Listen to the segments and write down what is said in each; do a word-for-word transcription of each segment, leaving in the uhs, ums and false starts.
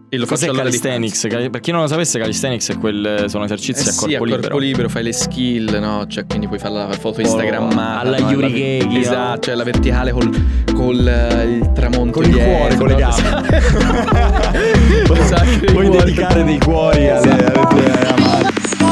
E lo Cos'è faccio all'ora di calisthenics? Cal- per chi non lo sapesse, calisthenics è quel, sono esercizi Eh a sì, corpo a corpo libero. libero fai le skill, no? Cioè, quindi puoi fare la foto instagrammata alla no? Yuri La- Gaghi, no? Esatto, cioè la verticale col, col eh, il tramonto Con il dietro, cuore, con le no? gambe. Esatto, Puoi i cuori. dedicare dei cuori alle, alle tue amate.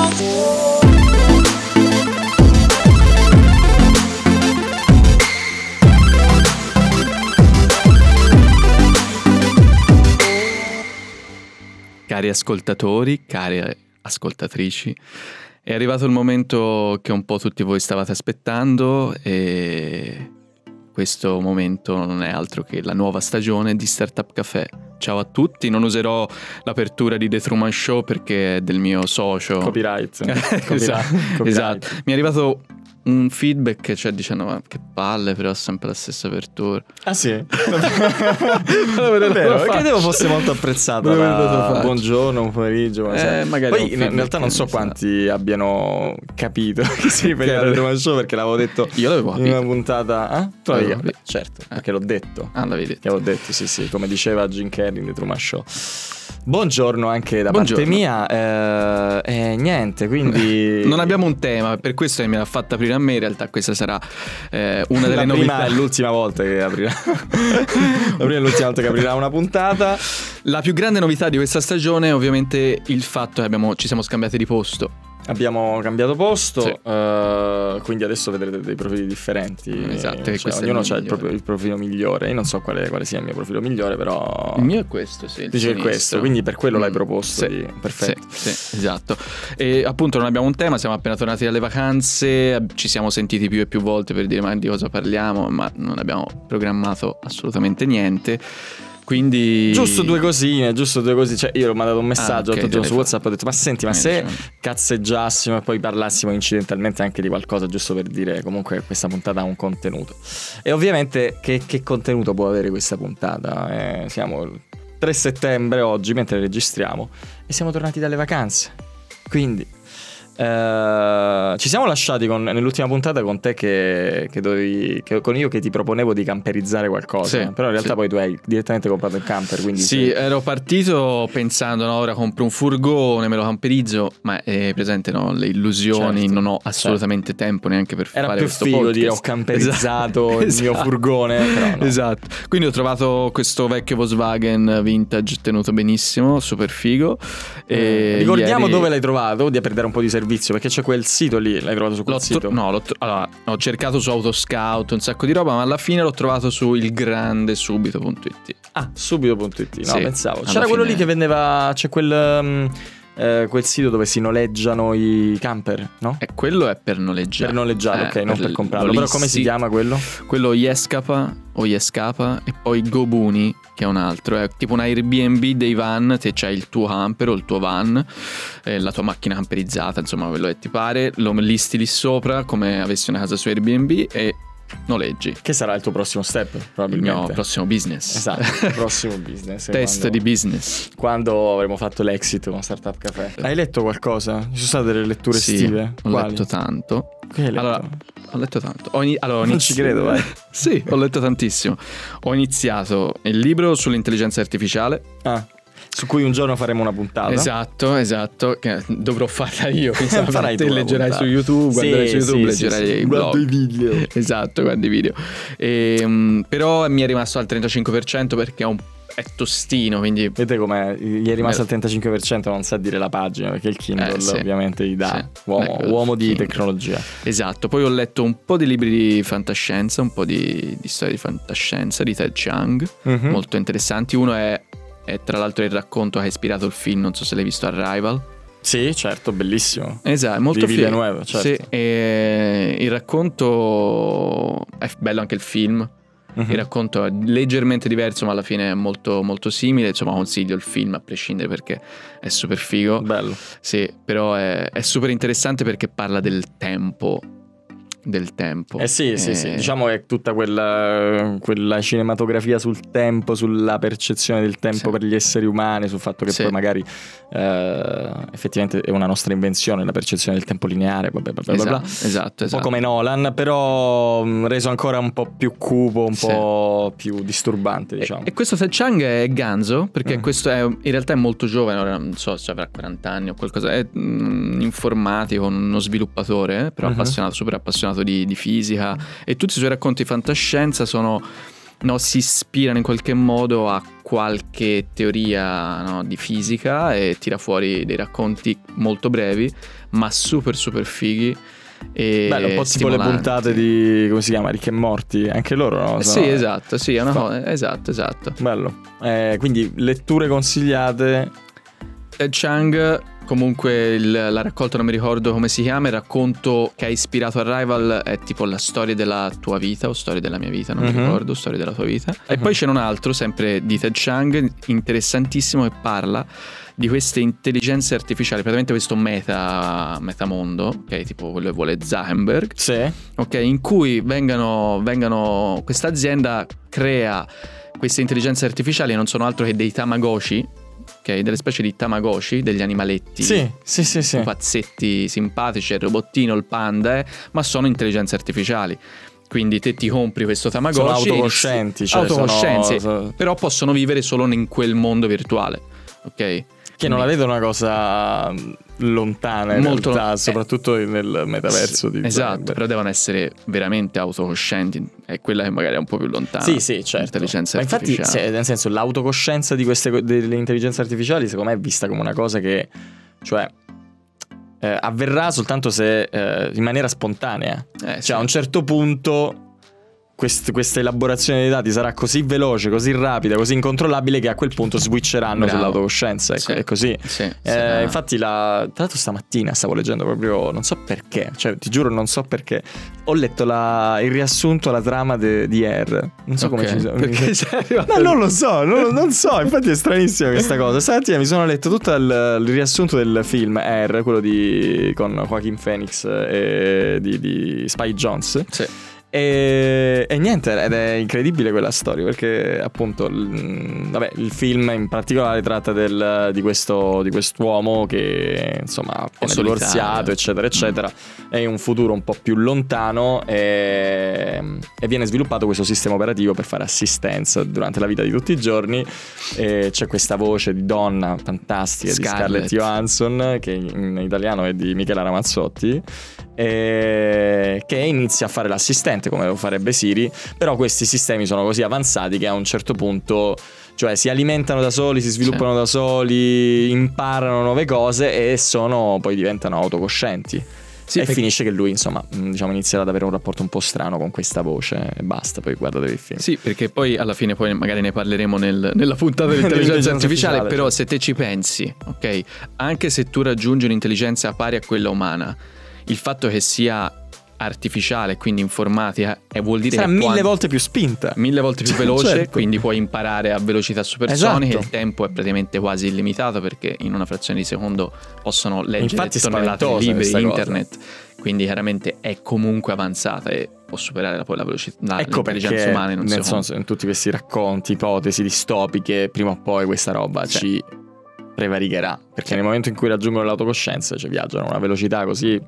Cari ascoltatori, care ascoltatrici, è arrivato il momento che un po' tutti voi stavate aspettando e questo momento non è altro che la nuova stagione di Startup Café. Ciao a tutti, non userò l'apertura di The Truman Show perché è del mio socio. Copyright. esatto, Copyright. esatto. Mi è arrivato un feedback, cioè dicendo ma che palle, però è sempre la stessa apertura. Ah sì? È È vero, credevo fosse molto apprezzata la... la... Buongiorno, buon pomeriggio, buonasera. Eh, magari Poi in, in realtà non so quanti abbiano capito che si riferiva al Truman Show, perché l'avevo detto Io l'avevo in una puntata. Ah? Tu l'avevi L'avevo capito? Certo, perché l'ho detto. Ah, l'avevi detto. Che avevo detto, sì sì, come diceva Jim Carrey in The Truman Show. Buongiorno anche da Buongiorno. parte mia. E eh, eh, niente, quindi non abbiamo un tema, per questo che mi ha fatto aprire a me. In realtà questa sarà eh, una delle la novità. prima è l'ultima volta che aprirà. La prima è l'ultima volta che aprirà una puntata. La più grande novità di questa stagione è ovviamente il fatto che abbiamo, ci siamo scambiati di posto. Abbiamo cambiato posto, Sì. uh, quindi adesso vedrete dei profili differenti. Esatto, cioè, che questo è ognuno il ha il, migliore. proprio- il profilo migliore. Io non so quale, quale sia il mio profilo migliore, però Il mio è questo, sì. il dice che è sinistro. questo, quindi per quello l'hai Mm, proposto. sì, di... Perfetto. Sì, sì, esatto. E appunto non abbiamo un tema, siamo appena tornati dalle vacanze, ci siamo sentiti più e più volte per dire ma di cosa parliamo, ma non abbiamo programmato assolutamente niente. Quindi Giusto due cosine, giusto due cosine. Cioè, io ho mandato un messaggio Ah, ok, l'altro giorno te su l'hai WhatsApp. Ho detto: ma senti, ma Eh, se diciamo. cazzeggiassimo e poi parlassimo incidentalmente anche di qualcosa, giusto per dire comunque che questa puntata ha un contenuto. E ovviamente, che, che contenuto può avere questa puntata? Eh, siamo il tre settembre oggi, mentre registriamo, e siamo tornati dalle vacanze. Quindi. Uh, ci siamo lasciati con, nell'ultima puntata con te che, che dovevi che, con io che ti proponevo di camperizzare qualcosa, Sì, però in realtà sì. poi tu hai direttamente comprato il camper, quindi Sì, sei- ero partito pensando no, ora compro un furgone, me lo camperizzo, ma è presente no, le illusioni, Certo, non ho assolutamente tempo neanche per era fare più questo figo podcast. dire ho camperizzato il mio furgone, però no. Esatto. Quindi ho trovato questo vecchio Volkswagen vintage tenuto benissimo, super figo. E Ricordiamo ieri- dove l'hai trovato, di per dare un po' di servizio, perché c'è quel sito lì, l'hai trovato su quel L'ho sito? tro- no, l'ho tro- allora, ho cercato su Autoscout un sacco di roba, ma alla fine l'ho trovato su ilgrandesubito punto it. Ah, subito punto it, no, Sì, pensavo. alla C'era quello fine- lì che vendeva, c'è quel um, eh, quel sito dove si noleggiano i camper, no? E quello è per noleggiare. Per noleggiare, Eh, ok, non per l- comprarlo. Però come si sì. chiama quello? Quello Yescapa o Yescapa e poi Gobuni, che è un altro, è tipo un Airbnb dei van, te c'hai il tuo camper o il tuo van, eh, la tua macchina camperizzata, insomma quello che ti pare, lo listi lì sopra come avessi una casa su Airbnb e noleggi. Che sarà il tuo prossimo step, Il probabilmente. mio prossimo business. Esatto, il prossimo business. Test quando, di business. quando avremo fatto l'exit con Startup Café. Hai letto qualcosa? Ci sono state delle letture Sì, estive? ho Quali? letto tanto. Che hai letto? Allora, ho letto tanto. Ho ini- allora, ho Non inizi- ci credo, vai. Sì, ho letto tantissimo. Ho iniziato il libro sull'intelligenza artificiale. Ah, su cui un giorno faremo una puntata. Esatto, esatto, che dovrò farla io. Quindi Farai tu te la leggerai puntata. su YouTube, Sì, guarderai su YouTube, sì, leggerai sì, sì. i Guardo blog. i video. Esatto, guardi i video. E, mm, però mi è rimasto al trentacinque per cento perché è, un, è tostino, quindi Vedete com'è? Gli è rimasto Vero. al trentacinque per cento, non sa dire la pagina, perché il Kindle Eh, sì. ovviamente gli dà. Sì. Uomo, Ecco, uomo di Kindle. tecnologia. Esatto, poi ho letto un po' di libri di fantascienza, un po' di, di storie di fantascienza di Ted Chiang, Mhm. molto interessanti. Uno è, è tra l'altro il racconto che ha ispirato il film, non so se l'hai visto, Arrival. Sì, certo, bellissimo. Esatto, è molto Di figo. Villeneuve, certo. Sì, e il racconto è bello anche il film. Mhm. Il racconto è leggermente diverso, ma alla fine è molto, molto simile. Insomma, consiglio il film a prescindere perché è super figo. Bello. Sì, però è, è super interessante perché parla del tempo. del tempo. Eh sì, e... sì, sì, diciamo che tutta quella, quella cinematografia sul tempo, sulla percezione del tempo sì. per gli esseri umani, sul fatto che sì. poi magari eh, effettivamente è una nostra invenzione la percezione del tempo lineare, vabbè, bla bla esatto, bla. Esatto, esatto. Un po' come Nolan, però reso ancora un po' più cupo, un sì. po' più disturbante, diciamo. E, e questo Ted Chiang è ganzo, perché mm. questo è, in realtà è molto giovane, ora non so se avrà quaranta anni o qualcosa, è un informatico, uno sviluppatore, eh, però mm-hmm. appassionato, super appassionato di, di fisica, e tutti i suoi racconti di fantascienza sono, no, si ispirano in qualche modo a qualche teoria, no, di fisica, e tira fuori dei racconti molto brevi ma super super fighi. E bello, un po' tipo le puntate di, come si chiama, Rick e Morty, anche loro, no? Sono... Sì, esatto, sì, è una cosa, esatto, esatto. Bello. Eh, quindi letture consigliate. Ted Chiang, comunque il, la raccolta non mi ricordo come si chiama, il racconto che ha ispirato Arrival è tipo la storia della tua vita o storia della mia vita, non mm-hmm. mi ricordo, storia della tua vita. Mm-hmm. E poi c'è un altro, sempre di Ted Chiang, interessantissimo, che parla di queste intelligenze artificiali, praticamente questo meta metamondo, ok, tipo quello che vuole Zuckerberg, sì. ok, in cui vengano, vengano questa azienda crea queste intelligenze artificiali, non sono altro che dei Tamagotchi, ok, delle specie di Tamagotchi, degli animaletti, sì, sì, sì, sì. pazzetti simpatici, il robottino, il panda, eh, ma sono intelligenze artificiali. Quindi te ti compri questo Tamagotchi, sono autocoscienti, cioè autocoscienzi, sono... però possono vivere solo in quel mondo virtuale, ok? Che non la vedo una cosa lontana in molto realtà, eh, soprattutto nel metaverso di esatto, Zuckerberg. però devono essere veramente autocoscienti, è quella che magari è un po' più lontana. Sì, sì, certo. L'intelligenza artificiale. Ma infatti, se, nel senso, l'autocoscienza di queste delle intelligenze artificiali, secondo me, è vista come una cosa che, cioè, eh, avverrà soltanto se eh, in maniera spontanea. Eh, cioè, sì. a un certo punto Quest, questa elaborazione dei dati sarà così veloce, così rapida, così incontrollabile che a quel punto switcheranno Bravo. sull'autocoscienza. Ecco, sì. È così. Sì, eh, sarà... Infatti, la... tra l'altro, stamattina stavo leggendo proprio, non so perché, cioè ti giuro, non so perché. Ho letto la... il riassunto alla trama de... di Air. Non so okay. come ci sono. Perché sei arrivato? No, non lo so, non, non so. Infatti, è stranissima questa cosa. Stamattina mi sono letto tutto il, il riassunto del film Air, quello di con Joaquin Phoenix e di, di Spike Jonze. Sì. E, e niente, ed è incredibile quella storia, perché appunto il, vabbè, il film in particolare tratta del, di questo di quest'uomo che insomma viene divorziato, eccetera eccetera, mm. è un futuro un po' più lontano, e, e viene sviluppato questo sistema operativo per fare assistenza durante la vita di tutti i giorni, e c'è questa voce di donna fantastica Scarlett. di Scarlett Johansson, che in italiano è di Michela Ramazzotti, e che inizia a fare l'assistente come lo farebbe Siri, però questi sistemi sono così avanzati che a un certo punto, cioè, si alimentano da soli, si sviluppano sì. da soli, imparano nuove cose e sono poi diventano autocoscienti. Sì, e perché... finisce che lui, insomma, diciamo, inizierà ad avere un rapporto un po' strano con questa voce e basta, poi guardatevi il film. Sì, perché poi alla fine poi magari ne parleremo nel, nella puntata dell'intelligenza artificiale, però se te ci pensi, ok, anche se tu raggiungi un'intelligenza pari a quella umana, il fatto che sia artificiale, quindi informatica, e vuol dire sarà che mille può... volte più spinta, mille volte più veloce, certo. quindi puoi imparare a velocità supersonica. Esatto. Il tempo è praticamente quasi illimitato, perché in una frazione di secondo possono leggere Infatti tonnellate di libri, internet, cosa. Quindi chiaramente è comunque avanzata e può superare poi la velocità, la, ecco l'intelligenza umana in un nel secondo. senso, in tutti questi racconti, ipotesi distopiche, prima o poi questa roba sì. ci prevaricherà, perché sì. nel momento in cui raggiungono l'autocoscienza, cioè viaggiano a una velocità così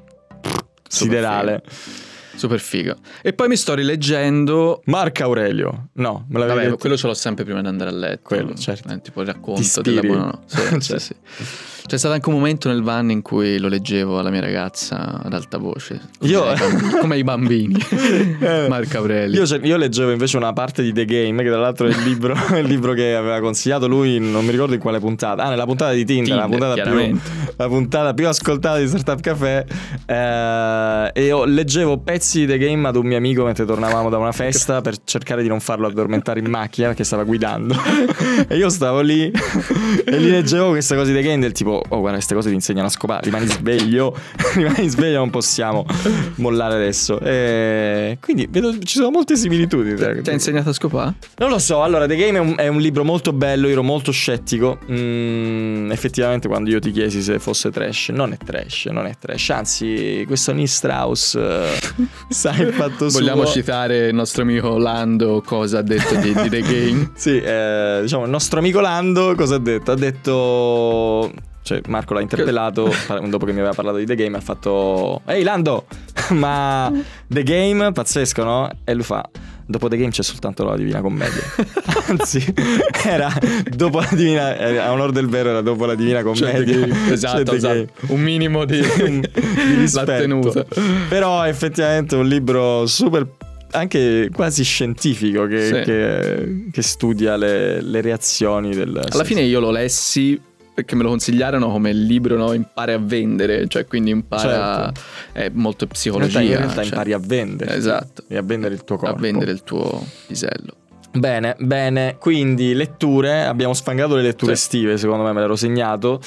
siderale, super figo. E poi mi sto rileggendo Marco Aurelio. No, me l'avevi Vabbè, detto? quello ce l'ho sempre prima di andare a letto. Quello, certo. Eh, tipo il racconto della buona no. Sì, certo. sì, sì. C'è stato anche un momento nel van in cui lo leggevo alla mia ragazza ad alta voce. Come io ai bambini, come ai bambini. Marco Aurelio. Io, io leggevo invece una parte di The Game, che tra l'altro è il libro, il libro che aveva consigliato lui, non mi ricordo in quale puntata. Ah, nella puntata di Tinder, Tinder la, puntata più, la puntata più ascoltata di Startup Café. Eh, e io leggevo pezzi di The Game ad un mio amico mentre tornavamo da una festa, per cercare di non farlo addormentare in macchina perché stava guidando. E io stavo lì e gli leggevo queste cose di The Game del tipo: tipo oh guarda queste cose ti insegnano a scopare, rimani sveglio, rimani sveglio, non possiamo mollare adesso. E quindi vedo ci sono molte similitudini. Ti ha insegnato a scopare? Non lo so, allora The Game è un, è un libro molto bello, io ero molto scettico. Mm, effettivamente quando io ti chiesi se fosse trash, non è trash, non è trash, anzi questo Neil Strauss uh, sa il fatto suo. Vogliamo citare il nostro amico Lando cosa ha detto di, di The Game? Sì, eh, diciamo il nostro amico Lando cosa ha detto? Ha detto, cioè Marco l'ha interpellato dopo che mi aveva parlato di The Game, ha fatto ehi Lando, ma The Game pazzesco, no? E lui fa dopo The Game c'è soltanto la Divina Commedia. Anzi, era dopo la Divina, a onor del vero era dopo la Divina Commedia. Esatto, esatto. Un minimo di, di rispetto. Però effettivamente è un libro super, anche quasi scientifico, che, sì. che, che studia le, le reazioni del... Alla senso. Fine io lo lessi perché me lo consigliarono come il libro, no? Impari a vendere, cioè quindi impara, certo. È molto psicologia. In realtà, in realtà cioè. impari a vendere. Esatto. E a vendere il tuo corpo. A vendere il tuo pisello. Bene, bene, quindi letture, abbiamo sfangato le letture sì. estive, secondo me me l'ero segnato.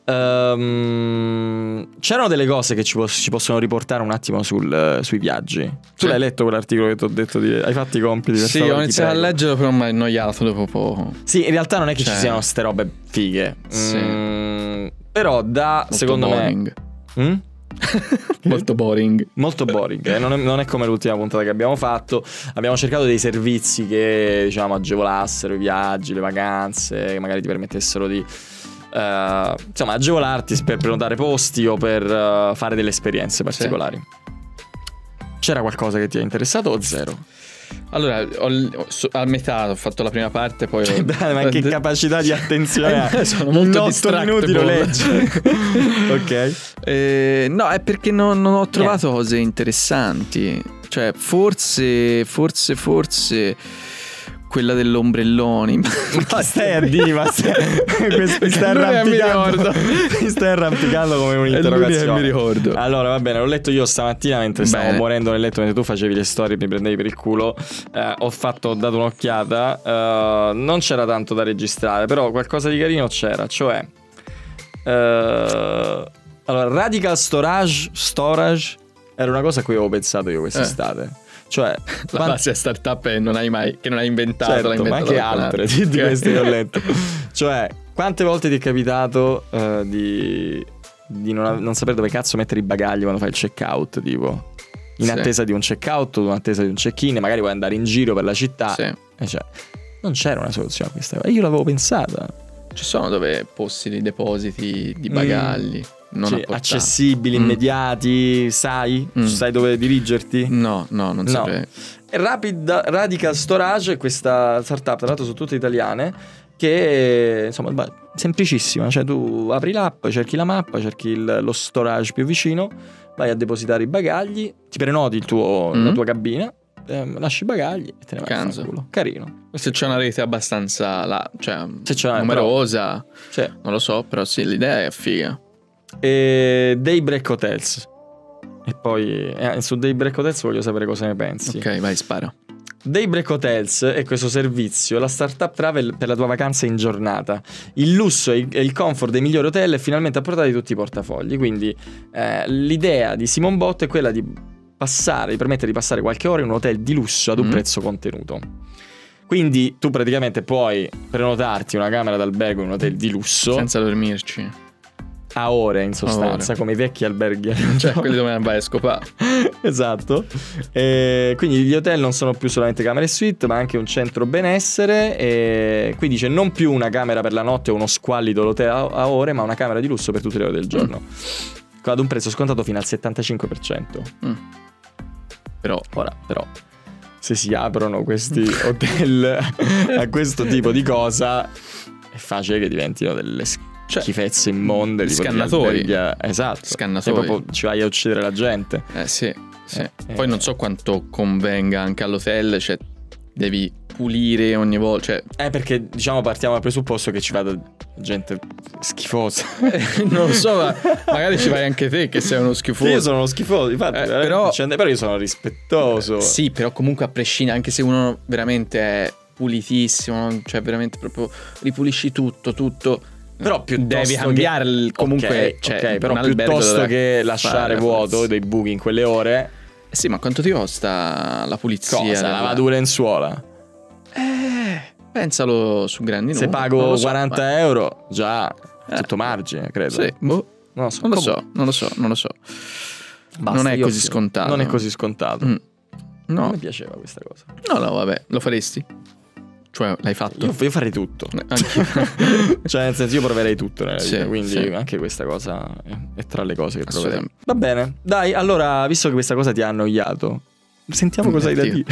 Um, c'erano delle cose che ci, po- ci possono riportare un attimo sul, sui viaggi. Tu sì. l'hai letto quell'articolo che ti ho detto di... Hai fatto i compiti? Per sì, ho iniziato a leggerlo però mi ha annoiato dopo poco. Sì, in realtà non è che cioè... ci siano ste robe fighe. Sì. Mm, però da, molto secondo boring. me... Mm? Molto boring. Molto boring, eh? non, è, non è come l'ultima puntata che abbiamo fatto. Abbiamo cercato dei servizi che diciamo agevolassero i viaggi, le vacanze, che magari ti permettessero di uh, insomma agevolarti per prenotare posti o per uh, fare delle esperienze particolari. Sì. C'era qualcosa che ti ha interessato o zero? Allora, ho, ho, a metà ho fatto la prima parte, poi ho... Beh, ma che capacità di attenzione eh, sono molto otto minuti lo leggi. Ok. Eh, no, è perché non, non ho trovato yeah. cose interessanti. Cioè, forse, forse, forse quella dell'ombrelloni. Ma stai a dire, ma stai, questo, stai arrampicando. Mi stai arrampicando come un'interrogazione. Mi ricordo. Allora, va bene, l'ho letto io stamattina mentre bene. stavo morendo nel letto, mentre tu facevi le storie e mi prendevi per il culo. Eh, ho fatto, ho dato un'occhiata. Eh, non c'era tanto da registrare, però qualcosa di carino c'era. Cioè, eh, allora, Radical Storage, Storage era una cosa a cui avevo pensato io quest'estate. Eh. Cioè la quant... base startup è non hai mai che non hai inventato, certo, l'hai inventato, ma anche altre di, di queste che ho letto. Cioè quante volte ti è capitato uh, di, di non, non sapere dove cazzo mettere i bagagli quando fai il check out, tipo in sì. attesa di un check out o in attesa di un check in, magari vuoi andare in giro per la città sì. e cioè non c'era una soluzione a questa cosa. Io l'avevo pensata. Ci sono dove posti dei depositi di bagagli mm. non cioè, accessibili, mm. immediati, sai? Mm. Sai dove dirigerti? No, no, non no. saprei. Rapid Radical Storage è questa startup, tra l'altro sono tutte italiane, che insomma semplicissima, cioè tu apri l'app, cerchi la mappa, cerchi il, lo storage più vicino, vai a depositare i bagagli, ti prenoti il tuo, mm. la tua cabina, eh, lasci i bagagli e te ne vai a fare culo. Carino. Se c'è una rete abbastanza la, cioè, se c'è una, numerosa, però, cioè, non lo so, però sì, l'idea è figa. E Daybreak Hotels. E poi eh, su Daybreak Hotels voglio sapere cosa ne pensi. Ok, vai, spara. Daybreak Hotels è questo servizio, la startup travel per la tua vacanza in giornata. Il lusso e il comfort dei migliori hotel è finalmente a portata di tutti i portafogli. Quindi eh, l'idea di Simon Bot è quella di passare, di permettere di passare qualche ora in un hotel di lusso ad un mm. prezzo contenuto. Quindi tu praticamente puoi prenotarti una camera d'albergo in un hotel di lusso senza dormirci a ore, in sostanza, ore. Come i vecchi alberghi, cioè quelli dove vai a scopare. Esatto. E quindi gli hotel non sono più solamente camere e suite, ma anche un centro benessere. E qui dice non più una camera per la notte o uno squallido hotel a ore, ma una camera di lusso per tutte le ore del giorno, mm. ad un prezzo scontato fino al settantacinque per cento. Mm. Però ora però se si aprono questi hotel a questo tipo di cosa è facile che diventino delle cioè, schifezze immonde, scannatori. Di esatto, scannatori. E proprio ci vai a uccidere la gente. Eh sì, sì. Eh, Poi eh. non so quanto convenga anche all'hotel, cioè devi pulire ogni volta, cioè... Eh perché diciamo partiamo dal presupposto che ci vada gente schifosa. Eh, non lo so, ma magari ci vai anche te che sei uno schifoso. Sì, io sono uno schifoso, infatti, eh, però... però io sono rispettoso. Eh, sì, però comunque a prescindere, anche se uno veramente è pulitissimo, cioè veramente proprio ripulisci tutto, tutto... Però piuttosto devi cambiare che... il, comunque okay, cioè, okay, però piuttosto piuttosto che lasciare fare, vuoto forse. dei buchi in quelle ore. Eh sì, ma quanto ti costa la pulizia? Cosa? della... Lavatura in suola? Eh, pensalo su grandi numeri. Se pago so, quaranta ma... euro, già eh. tutto margine, credo. Sì, boh. Non lo so, non lo comunque. so, non lo so, non lo so. Basta, non è io così sì. scontato. Non è così scontato. Mm. No. No. Mi piaceva questa cosa. No, no, vabbè, lo faresti? Cioè, l'hai fatto? Io, io farei tutto. Anch'io. Cioè, nel senso, io proverei tutto nella vita. Sì, quindi sì. anche questa cosa è, è tra le cose che proverei. Assolutamente. Va bene. Dai, allora, visto che questa cosa ti ha annoiato, sentiamo cosa hai da Oddio.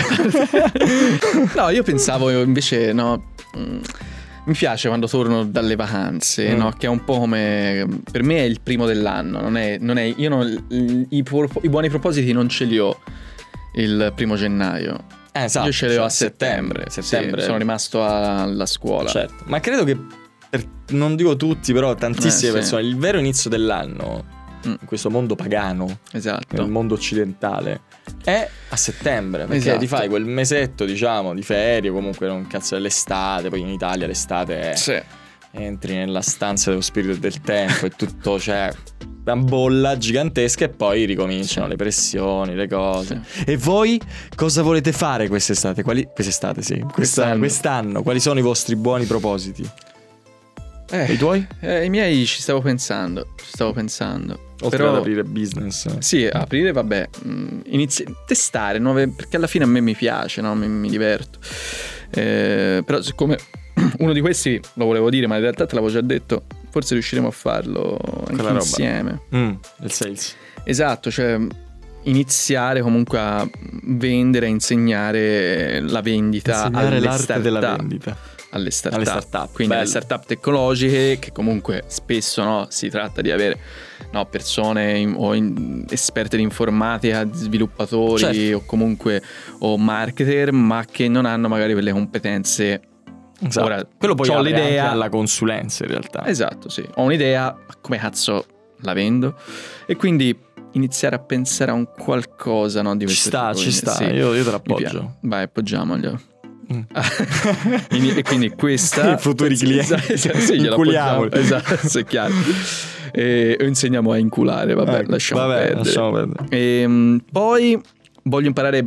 dire. No, io pensavo invece, no, mm, mi piace quando torno dalle vacanze, Mm. no, che è un po' come, per me è il primo dell'anno, non è, non è io non, i, i, i buoni propositi non ce li ho il primo gennaio. Eh, esatto, Io ce li ho cioè, a settembre. settembre. Sì, sono rimasto a- alla scuola. Certo. Ma credo che, per, non dico tutti, però tantissime Eh, sì. persone, il vero inizio dell'anno, Mm. in questo mondo pagano, Esatto. nel mondo occidentale, è a settembre. Perché Esatto. ti fai quel mesetto, diciamo, di ferie, comunque non cazzo dell'estate. Poi in Italia l'estate è... Sì. entri nella stanza dello spirito del tempo e tutto, cioè una bolla gigantesca, e poi ricominciano Sì. le pressioni, le cose. E voi cosa volete fare quest'estate? Quali... Quest'estate, sì. Questa... Quest'anno. Quest'anno. Quali sono i vostri buoni propositi? Eh, E i tuoi? eh, I miei ci stavo pensando, ci stavo pensando. Oltre Però ad aprire business. sì, aprire, vabbè, mh, inizi- testare nuove, perché alla fine a me mi piace, no? mi, mi diverto. Eh, però siccome uno di questi lo volevo dire, ma in realtà te l'avevo già detto, forse riusciremo a farlo anche Quella roba. insieme. Mm, il sales. Esatto, cioè iniziare comunque a vendere, a insegnare la vendita Insegnare alle l'arte startup. della vendita. Alle startup, Alle startup, quindi alle bello. startup tecnologiche, che comunque spesso, no, si tratta di avere, no, persone in- o in- esperte di informatica, sviluppatori, Certo. o comunque o marketer, ma che non hanno magari quelle competenze. Esatto. Ora, Quello poi c'ho apre l'idea- anche alla consulenza, in realtà. Esatto, sì, ho un'idea, ma come cazzo la vendo? E quindi iniziare a pensare a un qualcosa, no, di Ci questo sta, tipo, ci quindi, sta. sì, Io, io te mi piace. l'appoggio. Vai, appoggiamoglielo. Mm. e quindi questa I futuri clienti. Esatto, sì, glielo Inculiamoli. appoggiamo. Esatto, sì, è chiaro. E o insegniamo a inculare, vabbè, Ecco, lasciamo vabbè, perdere. lasciamo perdere. E, poi voglio imparare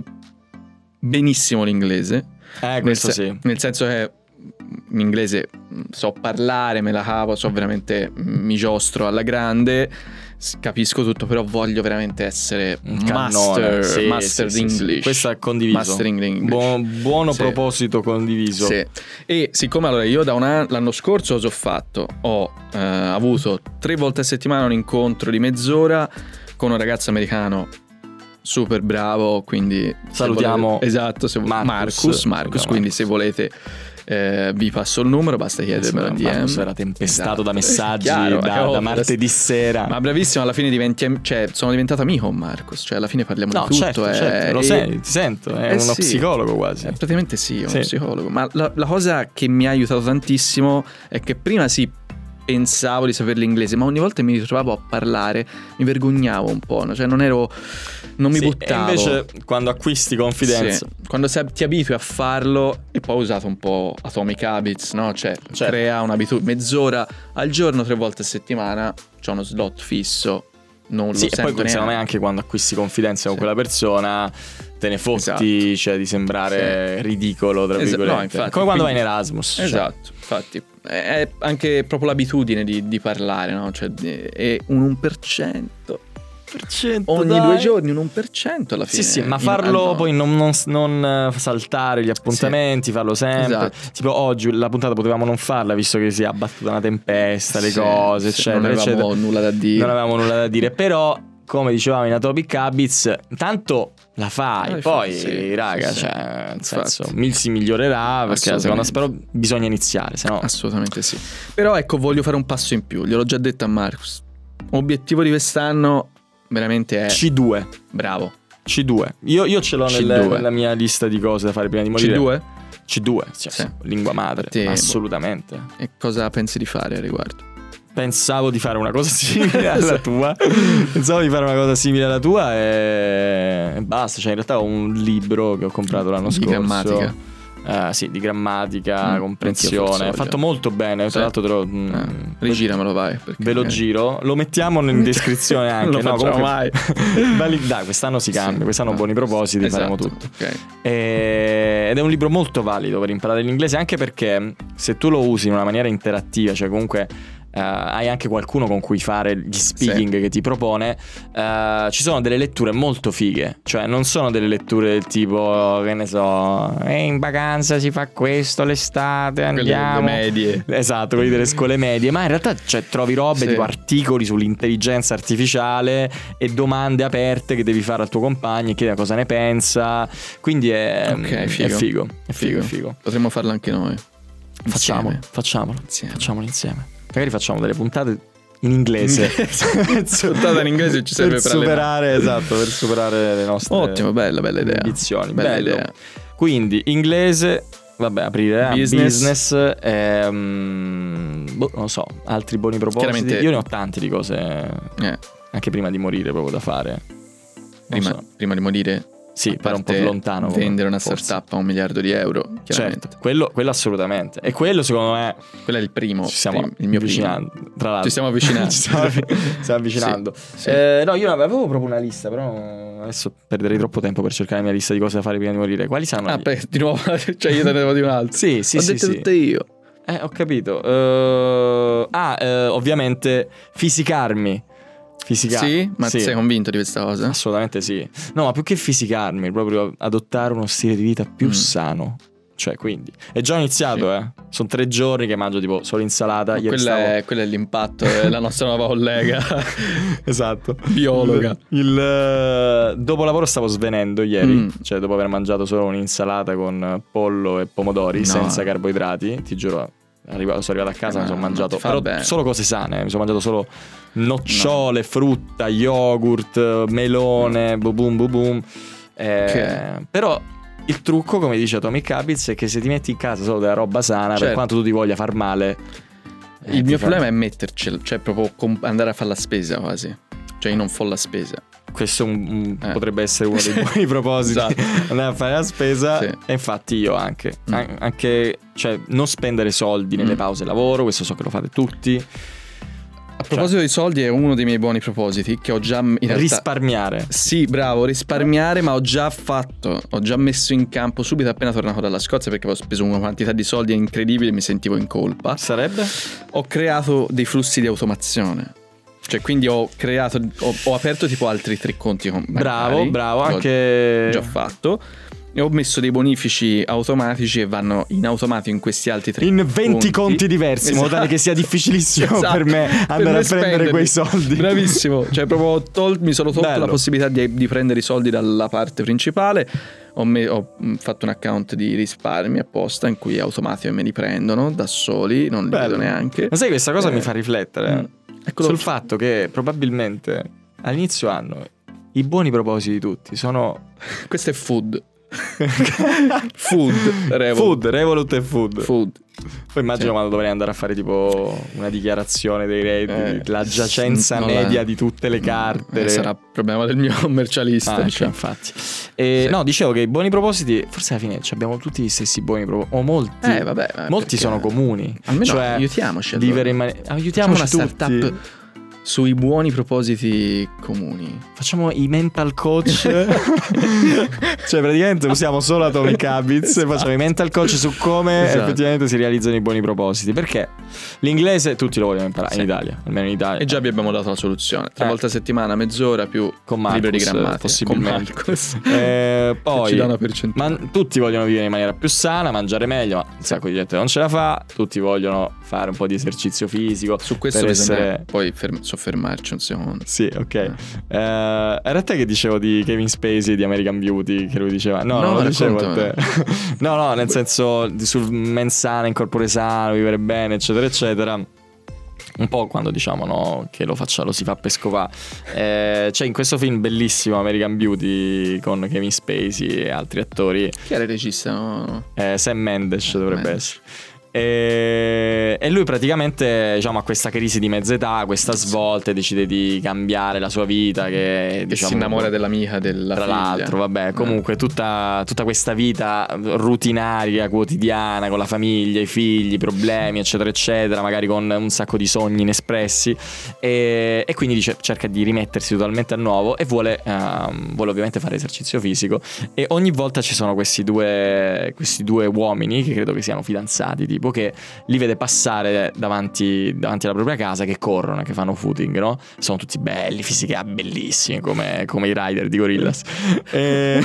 benissimo l'inglese. Eh, questo nel, se- sì. nel senso che in inglese so parlare, me la cavo, so veramente mi giostro alla grande, s- capisco tutto, però voglio veramente essere Un master, cannone. Sì, master sì, di sì, sì. English. Questo è condiviso. Mastering the English. Buon- buono Sì. proposito condiviso. Sì. E siccome allora io da un anno, l'anno scorso cosa ho fatto? Ho eh, avuto tre volte a settimana un incontro di mezz'ora con un ragazzo americano super bravo, quindi se Salutiamo volete- esatto, se vo- Marcus. Marcus, Marcus, Salutiamo quindi Marcus. se volete eh, vi passo il numero, basta chiedermelo a D M. Marcus era tempestato Esatto. da messaggi Chiaro, da, è ovvio. da martedì sera. Ma bravissimo, alla fine diventi, cioè sono diventato amico con Marcus, cioè alla fine parliamo No, di tutto. certo, eh, certo, lo e- sei, ti sento, è Eh uno sì. psicologo quasi. Eh, praticamente sì, è uno Sì. psicologo. Ma la, la cosa che mi ha aiutato tantissimo è che prima sì, pensavo di sapere l'inglese, ma ogni volta che mi ritrovavo a parlare mi vergognavo un po', no? Cioè non ero, non mi Sì, buttavo. E invece quando acquisti confidenza, Sì, quando se- ti abitui a farlo, e poi ho usato un po' Atomic Habits, no? Cioè Certo. crea un'abitudine, mezz'ora al giorno, tre volte a settimana, c'ho uno slot fisso, non lo sì, e sento poi secondo me neanche. anche quando acquisti confidenza con Sì. quella persona te ne fotti, Esatto. cioè di sembrare ridicolo tra Esa- virgolette. no, infatti, come quando quindi- vai in Erasmus, cioè. Esatto, infatti è anche proprio l'abitudine di, di parlare, no? Cioè di- è un uno per cento ogni dai. due giorni, un uno per cento alla fine. Sì, sì, ma In- farlo ah, no. poi non, non- non, eh, saltare gli appuntamenti, farlo sempre. Esatto. Tipo oggi la puntata potevamo non farla visto che si è abbattuta una tempesta, le Sì, cose, sì, eccetera, non avevamo eccetera. nulla da dire. Non avevamo nulla da dire, però come dicevamo in Atomic Habits, intanto la fai, Ah, poi sì, raga, sì, sì. cioè, nel Infatti. senso, Mil si migliorerà perché la seconda Assolutamente. spero bisogna iniziare, se no Assolutamente sì. Però ecco, voglio fare un passo in più, gliel'ho già detto a Marcus. Obiettivo di quest'anno veramente è C due. bravo. C due. Io, io ce l'ho C nel- due. nella mia lista di cose da fare prima di morire. C due? C due, sì, Sì. sì, lingua madre, Infatti, assolutamente. E cosa pensi di fare a riguardo? Pensavo di fare una cosa simile alla tua. Pensavo di fare una cosa simile alla tua e... e basta. Cioè, in realtà ho un libro che ho comprato l'anno Di scorso. grammatica. Uh, sì, di grammatica, mm, comprensione. Fatto molto bene. Sì. Tra l'altro te lo, mm, eh, rigiramelo, vai. Ve lo giro. Lo mettiamo in descrizione anche. Non lo no, facciamo mai. Dai, quest'anno si cambia. Sì. Quest'anno buoni propositi, esatto. faremo tutto. Okay. E, ed è un libro molto valido per imparare l'inglese, anche perché se tu lo usi in una maniera interattiva, cioè comunque Uh, hai anche qualcuno con cui fare gli speaking sì. che ti propone, uh, ci sono delle letture molto fighe, cioè non sono delle letture del tipo, che ne so, eh, in vacanza si fa questo l'estate, andiamo, quelle medie, esatto, quelli delle scuole medie, ma in realtà cioè, trovi robe sì. tipo articoli sull'intelligenza artificiale e domande aperte che devi fare al tuo compagno e chiedere cosa ne pensa, quindi è, okay, figo. è figo, è figo, è figo. Potremmo farlo anche noi. Facciamo, insieme. facciamolo, insieme. facciamolo insieme. Magari facciamo delle puntate in inglese. Puntata in inglese ci serve per, per superare, esatto, per superare le nostre ottimo, bella, bella idea. ambizioni. Bella Bello. idea. Quindi inglese, vabbè, aprire business, business ehm, boh, non lo so, altri buoni propositi. Chiaramente, io ne ho tanti di cose eh. anche prima di morire proprio da fare. Prima, so. prima di morire. Sì, però un po' più lontano. Vendere una forse. startup a un miliardo di euro, chiaramente. Certo, quello, quello assolutamente. E quello secondo me quello è il primo. Ci stiamo prim- il mio avvicinando. primo. Tra l'altro Ci stiamo avvicinando. Ci stiamo, stiamo avvicinando. Sì, sì. Eh, no, io avevo proprio una lista, però adesso perderei troppo tempo per cercare la mia lista di cose da fare prima di morire. Quali saranno? Ah, gli... beh, di nuovo, cioè io te ne devo di un altro. Sì, sì, Ho sì. detto sì. tutte io. Eh, ho capito. Uh, ah, uh, ovviamente fisicarmi. Fisicarmi. Sì? Ma sì. sei convinto di questa cosa? Assolutamente sì. No, ma più che fisicarmi, proprio adottare uno stile di vita più mm. sano. Cioè, quindi è già iniziato, sì. eh. Sono tre giorni che mangio tipo solo insalata. Quella, stavo... è, quello è l'impatto della nostra nuova collega. Esatto. Biologa. Il, il dopo lavoro stavo svenendo ieri, mm. cioè dopo aver mangiato solo un'insalata con pollo e pomodori, no. senza carboidrati, ti giuro. Arrivato, sono arrivato a casa, no, mi sono mangiato però bene. solo cose sane, mi sono mangiato solo nocciole, no. frutta, yogurt, melone, boom boom boom boom. Eh, okay. Però il trucco, come dice Atomic Habits, è che se ti metti in casa solo della roba sana, certo. per quanto tu ti voglia far male, eh, il mio fa... problema è mettercela, cioè proprio comp- andare a fare la spesa quasi. Cioè io non fo la spesa. Questo un, un, eh. potrebbe essere uno dei buoni propositi. Esatto. Andare a fare la spesa, sì. E infatti io anche mm. An- Anche cioè non spendere soldi nelle mm. pause lavoro. Questo so che lo fate tutti. A proposito cioè, di soldi, è uno dei miei buoni propositi che ho già in realtà, risparmiare. Sì, bravo, risparmiare, ma ho già fatto, ho già messo in campo subito appena tornato dalla Scozia, perché avevo speso una quantità di soldi incredibile e mi sentivo in colpa. Sarebbe? Ho creato dei flussi di automazione. Cioè, quindi ho creato, ho, ho aperto tipo altri tre conti bancari. Bravo, bravo, anche ho già fatto. E ho messo dei bonifici automatici e vanno in automatico in questi altri tre in venti conti, conti diversi, esatto. In modo tale che sia difficilissimo esatto. per me andare per me a prendere spenderli. Quei soldi. Bravissimo. Cioè proprio tol- mi sono tolto Bello. La possibilità di, di prendere i soldi dalla parte principale. Ho, me- ho fatto un account di risparmi apposta in cui automatico me li prendono da soli, non li Bello. Vedo neanche. Ma sai, questa cosa eh. mi fa riflettere mm. Eccolo. sul fatto che probabilmente all'inizio anno i buoni propositi di tutti sono questo è food. Food Revolut. Food Revolut e food Food. Poi immagino sì. quando dovrei andare a fare tipo una dichiarazione dei redditi, eh, la giacenza media la... di tutte le carte. Eh, sarà problema del mio commercialista, ah, diciamo. Infatti e, sì. No, dicevo che i buoni propositi forse alla fine abbiamo tutti gli stessi buoni propositi, o molti eh, vabbè, molti sono comuni. Almeno cioè, aiutiamoci vivere in man- aiutiamoci Facciamo una tutti. Startup sui buoni propositi comuni. Facciamo i mental coach. Cioè praticamente usiamo solo Atomic Habits esatto. E facciamo i mental coach su come esatto. effettivamente si realizzano i buoni propositi. Perché l'inglese tutti lo vogliono imparare sì. in Italia, almeno in Italia. E già vi abbiamo dato la soluzione. Tre eh. volte a settimana, mezz'ora più con Marcus, libro di grammatica. Possibilmente. Con Marcus. eh, Poi ci dà una percentuale. Ma tutti vogliono vivere in maniera più sana, mangiare meglio, ma un sacco di gente non ce la fa. Tutti vogliono fare un po' di esercizio fisico. Su questo per bisogna essere... poi ferm- soffermarci un secondo. Sì, ok. Eh. Uh, era a te che dicevo di Kevin Spacey di American Beauty, che lui diceva. No, no non lo dicevo a te. No, no, nel senso sul men sana, in corpore sano, vivere bene, eccetera, eccetera. Un po' quando diciamo no che lo faccia, lo si fa per scopà. Eh, c'è in questo film bellissimo American Beauty con Kevin Spacey e altri attori. Chi era il regista? No? Eh, Sam Mendes eh, dovrebbe Mendes. essere. E, e lui praticamente, diciamo, ha questa crisi di mezza età, questa svolta, e decide di cambiare la sua vita, che, E diciamo, si innamora dell'amica della tra figlia. l'altro, vabbè, comunque tutta, tutta questa vita rutinaria, quotidiana, con la famiglia, i figli, i problemi, eccetera, eccetera, magari con un sacco di sogni inespressi, e, e quindi dice, cerca di rimettersi totalmente a nuovo e vuole, um, vuole ovviamente fare esercizio fisico, e ogni volta ci sono questi due, questi due uomini, che credo che siano fidanzati, tipo, che li vede passare davanti, davanti alla propria casa, che corrono, che fanno footing, no? Sono tutti belli, fisiche bellissimi, come, come i rider di Gorillaz. E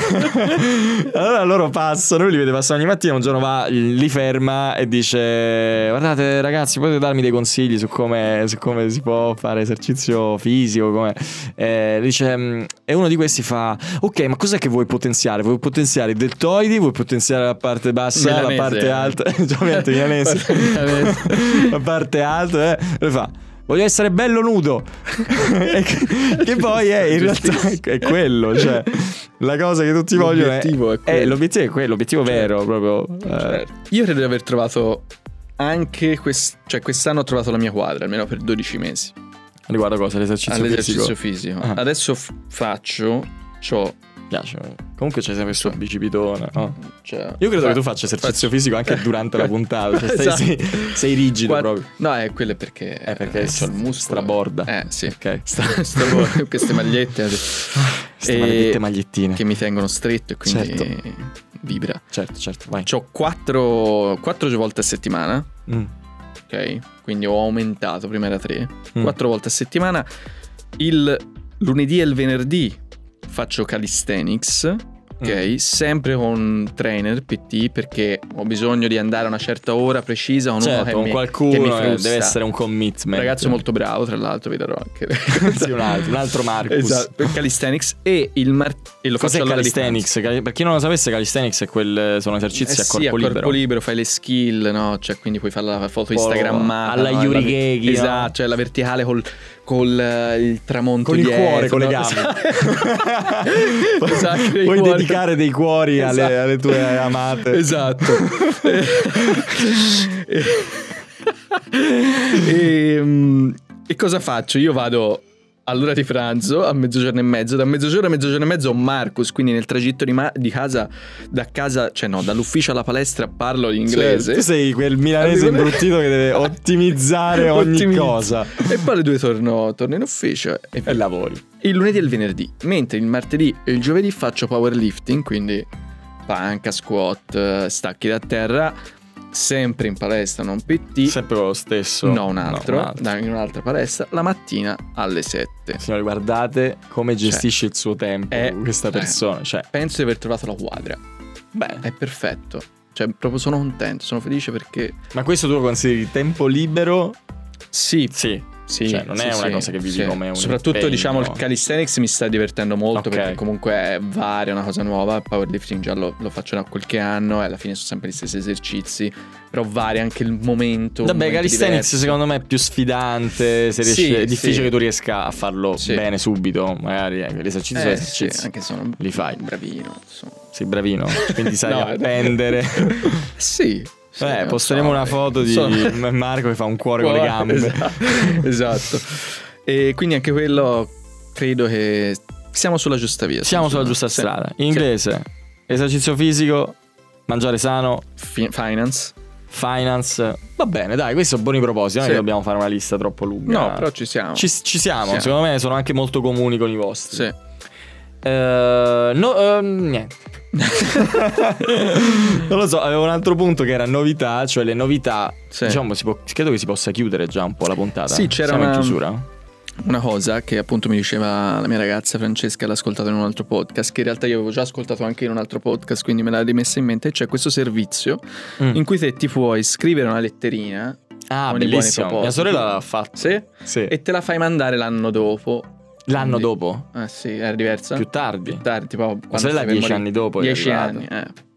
allora loro passano, lui li vede passare ogni mattina, un giorno va, li ferma e dice: guardate ragazzi, potete darmi dei consigli su come, su come si può fare esercizio fisico, come... E dice, e uno di questi fa: ok, ma cos'è che vuoi potenziare? Vuoi potenziare i deltoidi? Vuoi potenziare la parte bassa, Milanese, la parte eh. alta? Ovviamente milanese. La parte alta, eh. E fa: voglio essere bello nudo. E che, che poi è in realtà è quello, cioè la cosa che tutti vogliono è, L'obiettivo è quello. è l'obiettivo è quello, l'obiettivo Certo. vero proprio. eh. Certo. Io credo di aver trovato anche quest- cioè quest'anno ho trovato la mia quadra, almeno per dodici mesi. Riguardo cosa? L'esercizio All'esercizio fisico. fisico. Ah. Adesso f- faccio c'ho Piace. Comunque c'è sempre questo bicipitone. Oh. cioè, Io credo fa- che tu faccia esercizio faccio- fisico anche durante la puntata. Cioè stai- Esatto. sei, sei rigido Quatt- proprio. No, è quello è perché È perché eh, s- c'ho il muscolo straborda. Eh, sì. Ok. Sta- straborda, queste magliette Queste e- maledette magliettine. che mi tengono stretto e quindi Certo. vibra. Certo, certo, vai. C'ho quattro, quattro volte a settimana, Mm. ok? Quindi ho aumentato, prima era tre. Mm. Quattro volte a settimana. Il lunedì e il venerdì faccio calisthenics, ok? Mm. Sempre con trainer P T, perché ho bisogno di andare a una certa ora precisa con uno Certo, che con mi, qualcuno che mi eh, frusta. deve essere un Un commitment. ragazzo molto bravo, tra l'altro, vi darò anche Sì, un altro, un altro Marcus. esatto, per calisthenics. E il mar- e lo Cos'è faccio all'ora di calisthenics? Cali- per chi non lo sapesse, calisthenics è quel, sono pranzo. esercizi Eh a sì, corpo a libero. corpo libero fai le skill, no? Cioè, quindi puoi fare la foto instagrammata, alla no? Yuri La- Gaghi, no? esatto, cioè la verticale col, col eh, il tramonto Con il dietro, cuore, con le no? gambe. Esatto, i Puoi cuori. dedicare dei cuori alle, Esatto. alle tue amate. Esatto. e, e, mm, e cosa faccio? Io vado all'ora di pranzo a mezzogiorno e mezzo. Da mezzogiorno a mezzogiorno e mezzo ho Marcus, quindi nel tragitto di, ma- di casa, da casa, cioè no, dall'ufficio alla palestra parlo l'inglese. Cioè, tu sei quel milanese Arrivo- imbruttito che deve ottimizzare ogni Ottimizzo. cosa. E poi alle due torno, torno in ufficio e, E lavori. il lunedì e il venerdì. Mentre il martedì e il giovedì faccio powerlifting, quindi panca, squat, stacchi da terra, sempre in palestra, non P T. Sempre lo stesso. No, un altro, No, un altro. da- in un'altra palestra, la mattina alle sette. Signori, guardate come gestisce il suo tempo è- questa eh. persona. Cioè, Penso di aver trovato la quadra. beh, È perfetto. Cioè, proprio sono contento, sono felice perché... ma questo tu lo consideri tempo libero? Sì, Sì. sì. Cioè, non sì, è una sì, cosa che vivi sì. come un Soprattutto, impegno. diciamo, il calisthenics mi sta divertendo molto Ok. perché comunque è varia, è una cosa nuova. Il powerlifting già lo, lo faccio da qualche anno e alla fine sono sempre gli stessi esercizi. Però varia anche il momento. Vabbè, momenti calisthenics diversi. secondo me è più sfidante. Se riesci, Sì, è difficile sì. che tu riesca a farlo Sì. bene subito. Magari eh, gli esercizi sono Eh, sì, esercizi. anche se sono Li fai. bravino. Insomma. Sei bravino, quindi sai No, appendere. Sì. sì, Eh, non posteremo so, una eh, foto di insomma. Marco che fa un cuore con le gambe. Esatto. Esatto. E quindi anche quello credo che siamo sulla giusta via. Siamo sulla giusta Sì. strada. In inglese, esercizio fisico, mangiare sano, Fi- finance. finance. Va bene, dai, questi sono buoni propositi. Non è Sì. che dobbiamo fare una lista troppo lunga. No, però ci siamo. Ci, ci siamo. Siamo. Secondo me sono anche molto comuni con i vostri. Sì. Eh, no, eh, niente. Non lo so, avevo un altro punto che era novità, cioè le novità. Sì. Diciamo, si può, credo che si possa chiudere già un po' la puntata. Sì, c'era Siamo in una- chiusura. Una cosa che appunto mi diceva la mia ragazza Francesca, l'ha ascoltato in un altro podcast, che in realtà io avevo già ascoltato anche in un altro podcast, quindi me l'ha rimessa in mente. C'è questo servizio Mm. in cui te ti puoi scrivere una letterina Ah, con i buoni bellissimo. Mia propositi. sorella l'ha fatto. Sì? Sì. E te la fai mandare l'anno dopo. L'anno Quindi- dopo? Ah sì, è diversa? Più tardi. Più tardi, tipo quando Mia sorella stai per dieci morire. anni dopo è Dieci arrivata. anni, eh.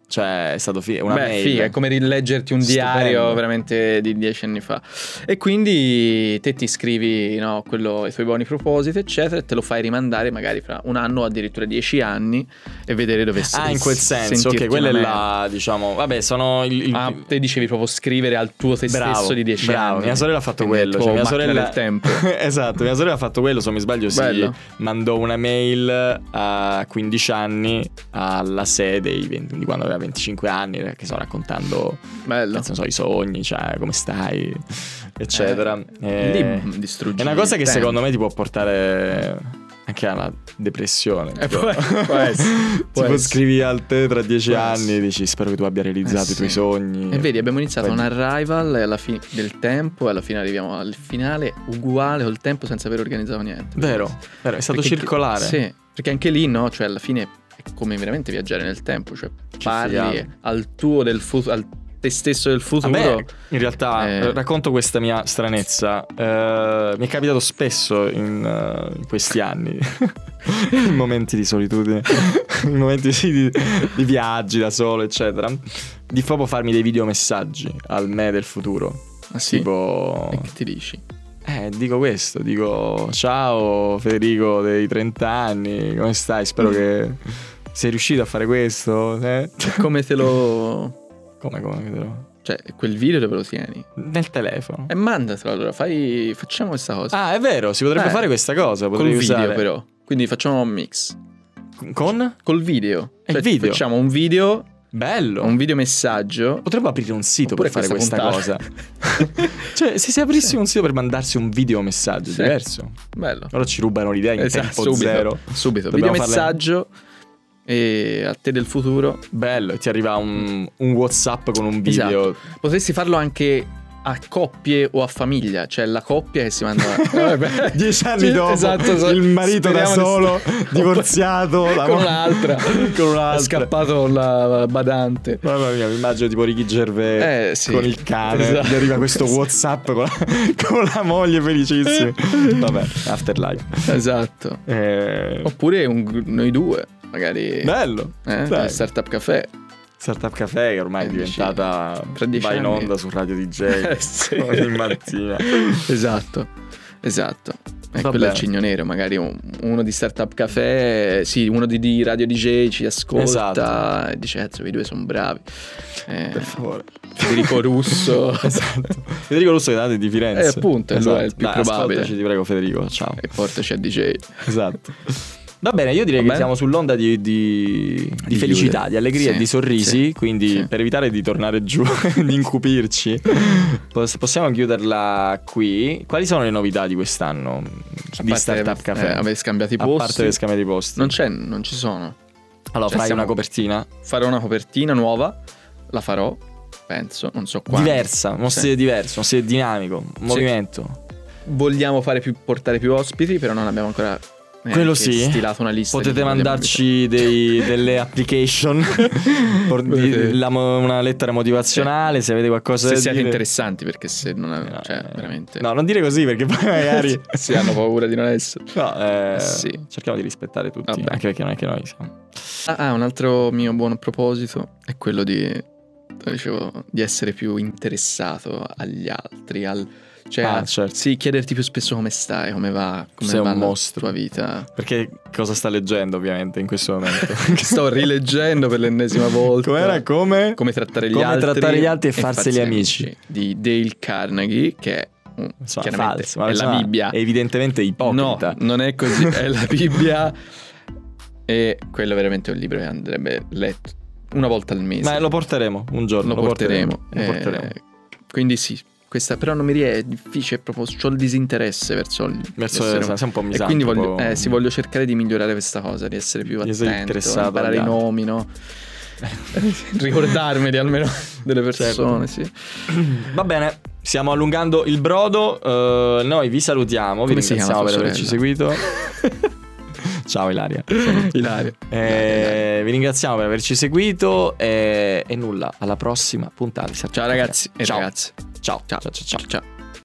Cioè è stato figo, una Beh, mail. figa, è come rileggerti un Stupendo. diario veramente di dieci anni fa. E quindi te ti scrivi, no, quello, i tuoi buoni propositi, eccetera, e te lo fai rimandare magari fra un anno o addirittura dieci anni e vedere dove sei. Ah, in quel senso, ok, quella è la, diciamo, vabbè, sono il, il... Ah, te dicevi proprio scrivere al tuo te bravo, stesso di dieci bravo. anni. Mia sorella ha fatto Quindi quello, il cioè tuo mia macchina sorella del tempo. Esatto, mia sorella ha fatto quello, se non mi sbaglio si Bello. mandò una mail a quindici anni alla sede di quando aveva venticinque anni, che sto raccontando, Bello. non so, i sogni, cioè come stai, eccetera. Eh, E... lì distruggi è una cosa il che tempo. secondo me ti può portare anche alla depressione. Eh, tipo. può, può essere, può tipo essere. scrivi al te tra dieci Può anni essere. e dici spero che tu abbia realizzato Eh, i tuoi sì. sogni. E vedi, abbiamo iniziato Poi- un arrival e alla fine del tempo e alla fine arriviamo al finale uguale col tempo senza aver organizzato niente. Vero, vero, è stato Perché- circolare. Sì, perché anche lì, no, cioè alla fine è come veramente viaggiare nel tempo, cioè parli figata. al tuo del futuro, al te stesso del futuro. Vabbè, in realtà Eh. eh, racconto questa mia stranezza. Eh, mi è capitato spesso in, eh, in questi anni, in momenti di solitudine, in momenti sì, di, di viaggi da solo, eccetera, di proprio farmi dei videomessaggi al me del futuro. Ah, sì? Tipo, E che ti dici? eh, dico questo, dico ciao Federico dei trenta anni, come stai? Spero che sei riuscito a fare questo. Eh? Come te lo... Come, come, vedrò? Cioè, quel video dove lo tieni? Nel telefono. E mandatelo allora, fai... facciamo questa cosa. Ah, è vero, si potrebbe Eh, fare questa cosa. Col Potrei video usare. però. Quindi facciamo un mix. Con? Col video. E Cioè, il video? facciamo un video, Bello. un video messaggio. Potremmo aprire un sito Oppure per fare questa questa puntata. cosa. Cioè, se si aprisse un sito per mandarsi un video messaggio, Sì. diverso. Bello. Allora ci rubano l'idea in Esatto, tempo subito, zero. subito. Dobbiamo Video farle- messaggio e a te del futuro. Bello, e ti arriva un, un WhatsApp con un video. Esatto. Potresti farlo anche a coppie o a famiglia, cioè la coppia che si manda Vabbè. Dieci anni Sì, dopo, esatto, esatto. il marito da Speriamo di solo, sta- divorziato, la con mo- un'altra con un'altra. è scappato con la badante. Mamma mia, mi immagino tipo Ricky Gervais Eh, sì. con il cane. Esatto. Gli arriva questo WhatsApp con la, con la moglie felicissima. Vabbè, Afterlife. Esatto. Eh, Oppure un- noi due magari bello. eh, Dai. il Startup Café. Startup Café che ormai è Eh, dici, diventata tra dieci va in anni. onda su Radio D J Eh, sì. ogni mattina. Esatto, esatto. E Va quello è bene. il Cigno Nero, magari un- uno di Startup Café, sì, uno di, di Radio D J ci ascolta Esatto. e dice, cazzo, i due sono bravi. Eh, Per favore. Federico Russo. Esatto. Federico Russo che date di Firenze. Eh, appunto, lui è il più Dai, probabile. ascoltaci, ti prego Federico, ciao. E portaci a D J. Esatto. Va bene, io direi Va che bene? siamo sull'onda di, di, di Di felicità, chiudere. di allegria Sì, e di sorrisi, sì, quindi sì. per evitare di tornare giù, di incupirci, pos- possiamo chiuderla qui. Quali sono le novità di quest'anno di Startup Café? Eh, avete scambiato i A posti. parte le scambi di posti. Non c'è, non ci sono. Allora, cioè, farai siamo- una copertina Farò una copertina nuova, la farò, penso, non so quando. diversa, uno Sì. stile diverso, uno stile dinamico, un movimento. Vogliamo fare più, portare più ospiti, però non abbiamo ancora neanche Quello sì. stilato una lista. Potete di- mandarci dei- delle application, por- di- Potete- la mo- una lettera motivazionale se avete qualcosa se da siete dire. interessanti, perché se non No, cioè eh, veramente No, non dire così perché poi magari si hanno paura di non essere. No, eh, Sì. cerchiamo di rispettare tutti, Vabbè. anche perché non è che noi siamo. Ah, ah, un altro mio buon proposito è quello di dicevo, di essere più interessato agli altri, al cioè Ah, a- certo. sì, chiederti più spesso come stai, come va, come Sei va un la mostro. tua vita. Perché cosa sta leggendo ovviamente in questo momento? Sto rileggendo per l'ennesima volta. Com'era? Come? Come trattare gli Come altri trattare gli altri e farseli amici. di Dale Carnegie, che è un- Insomma, chiaramente falso, ma è la insomma, Bibbia. È evidentemente No, ipocrita. non è così, è la Bibbia e quello veramente è un libro che andrebbe letto una volta al mese. Ma lo porteremo un giorno. lo porteremo. Lo Eh, porteremo. Quindi sì, questa però non mi riesce, è difficile, proprio c'ho il disinteresse verso il Verso essere- sei un po' e misantropo. quindi voglio, eh, sì, voglio cercare di migliorare questa cosa, di essere più Di essere attento, interessato imparare i agli altri. nomi, no? Ricordarmeli almeno delle persone, sì. Va bene, stiamo allungando il brodo. eh, noi vi salutiamo. Come vi si ringraziamo chiama per tua averci sorella? seguito. Ciao Ilaria. Ilaria. Eh, vi ringraziamo per averci seguito. E, e nulla, alla prossima puntata. Ciao ragazzi e Ciao. ragazze. Ciao. Ciao, ciao, ciao. Ciao.